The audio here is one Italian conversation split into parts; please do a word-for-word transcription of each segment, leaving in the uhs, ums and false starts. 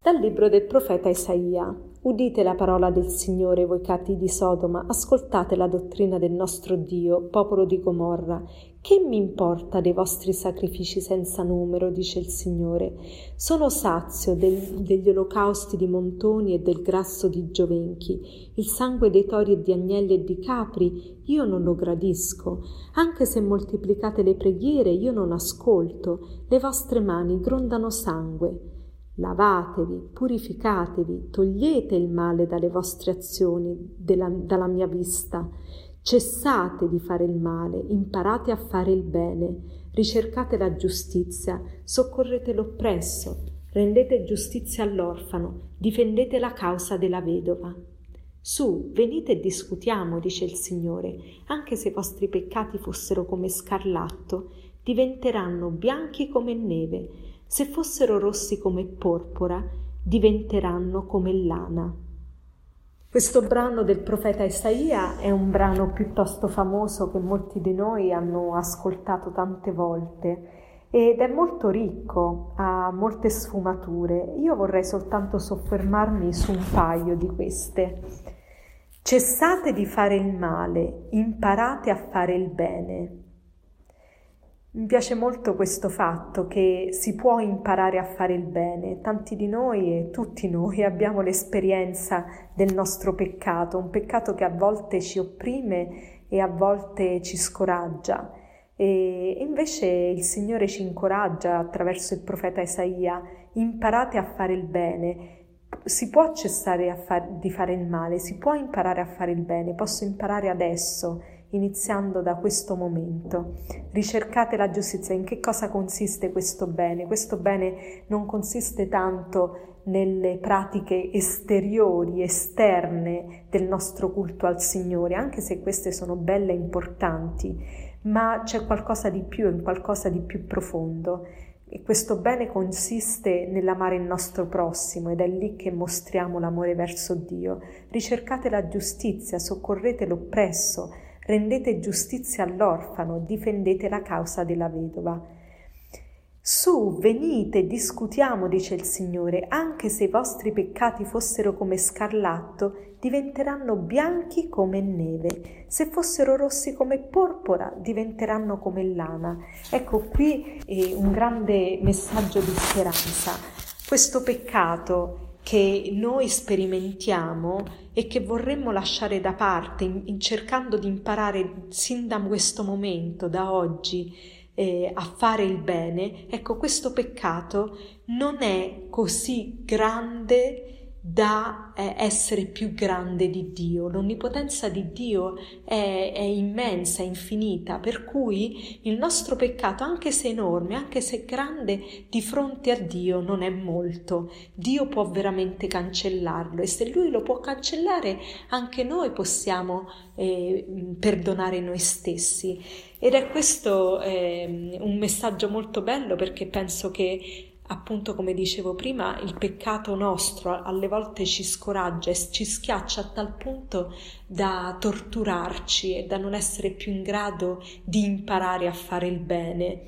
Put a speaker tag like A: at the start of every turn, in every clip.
A: Dal libro del profeta Isaia. Udite la parola del Signore, voi catti di Sodoma, ascoltate la dottrina del nostro Dio, popolo di Gomorra. Che mi importa dei vostri sacrifici senza numero, dice il Signore. Sono sazio del, degli olocausti di montoni e del grasso di giovenchi. Il sangue dei tori e di agnelli e di capri io non lo gradisco. Anche se moltiplicate le preghiere io non ascolto. Le vostre mani grondano sangue. Lavatevi, purificatevi, togliete il male dalle vostre azioni, della, dalla mia vista. Cessate di fare il male, imparate a fare il bene, ricercate la giustizia, soccorrete l'oppresso, rendete giustizia all'orfano, difendete la causa della vedova. Su, venite e discutiamo, dice il Signore, anche se i vostri peccati fossero come scarlatto, diventeranno bianchi come neve. Se fossero rossi come porpora, diventeranno come lana. Questo brano del profeta Isaia è un brano piuttosto famoso che molti di noi hanno ascoltato tante volte ed è molto ricco, ha molte sfumature. Io vorrei soltanto soffermarmi su un paio di queste. Cessate di fare il male, imparate a fare il bene. Mi piace molto questo fatto che si può imparare a fare il bene. Tanti di noi e tutti noi abbiamo l'esperienza del nostro peccato, un peccato che a volte ci opprime e a volte ci scoraggia. E invece il Signore ci incoraggia attraverso il profeta Isaia: imparate a fare il bene. Si può cessare a far, di fare il male, si può imparare a fare il bene. Posso imparare adesso, iniziando da questo momento. Ricercate la giustizia. In che cosa consiste questo bene? Questo bene non consiste tanto nelle pratiche esteriori, esterne del nostro culto al Signore, anche se queste sono belle e importanti, ma c'è qualcosa di più, in qualcosa di più profondo. E questo bene consiste nell'amare il nostro prossimo ed è lì che mostriamo l'amore verso Dio. Ricercate la giustizia, soccorrete l'oppresso, rendete giustizia all'orfano, difendete la causa della vedova. Su, venite, discutiamo, dice il Signore, anche se i vostri peccati fossero come scarlatto, diventeranno bianchi come neve. Se fossero rossi come porpora, diventeranno come lana. Ecco qui è un grande messaggio di speranza. Questo peccato che noi sperimentiamo e che vorremmo lasciare da parte, in, in cercando di imparare sin da questo momento, da oggi, eh, a fare il bene, ecco, questo peccato non è così grande da eh, essere più grande di Dio. L'onnipotenza di Dio è, è immensa, è infinita, per cui il nostro peccato, anche se enorme, anche se grande, di fronte a Dio non è molto. Dio può veramente cancellarlo e se Lui lo può cancellare, anche noi possiamo eh, perdonare noi stessi. Ed è questo eh, un messaggio molto bello, perché penso che, appunto, come dicevo prima, il peccato nostro alle volte ci scoraggia e ci schiaccia a tal punto da torturarci e da non essere più in grado di imparare a fare il bene.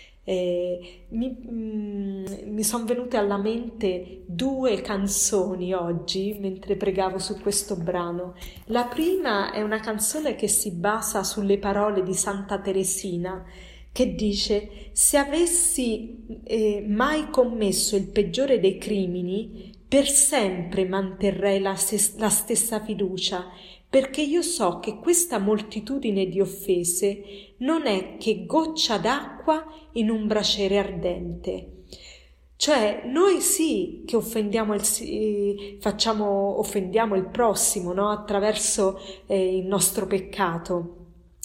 A: Eh, mi, mm, mi sono venute alla mente due canzoni oggi mentre pregavo su questo brano. La prima è una canzone che si basa sulle parole di Santa Teresina, che dice: se avessi eh, mai commesso il peggiore dei crimini, per sempre manterrei la, ses- la stessa fiducia, perché io so che questa moltitudine di offese non è che goccia d'acqua in un braciere ardente. Cioè, noi sì che offendiamo il, eh, facciamo, offendiamo il prossimo, no? Attraverso eh, il nostro peccato,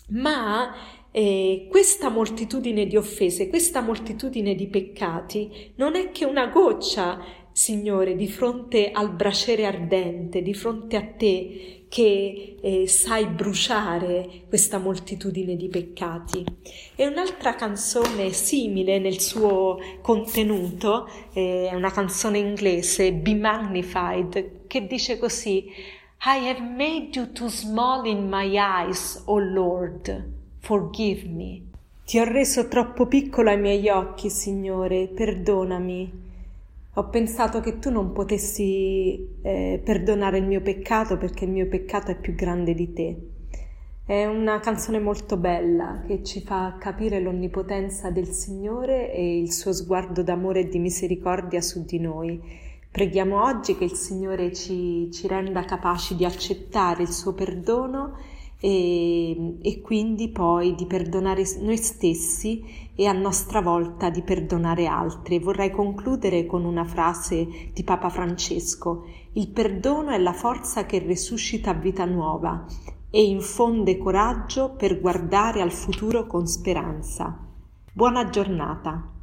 A: ma Eh, questa moltitudine di offese, questa moltitudine di peccati non è che una goccia, Signore, di fronte al braciere ardente, di fronte a Te che eh, sai bruciare questa moltitudine di peccati. E un'altra canzone simile nel suo contenuto è eh, una canzone inglese, Be Magnified, che dice così: I have made you too small in my eyes, O Lord. Forgive me. Ti ho reso troppo piccolo ai miei occhi, Signore, perdonami. Ho pensato che tu non potessi eh, perdonare il mio peccato perché il mio peccato è più grande di te. È una canzone molto bella che ci fa capire l'onnipotenza del Signore e il suo sguardo d'amore e di misericordia su di noi. Preghiamo oggi che il Signore ci, ci renda capaci di accettare il suo perdono e, e quindi poi di perdonare noi stessi e a nostra volta di perdonare altri. Vorrei concludere con una frase di Papa Francesco: il perdono è la forza che resuscita vita nuova e infonde coraggio per guardare al futuro con speranza. Buona giornata.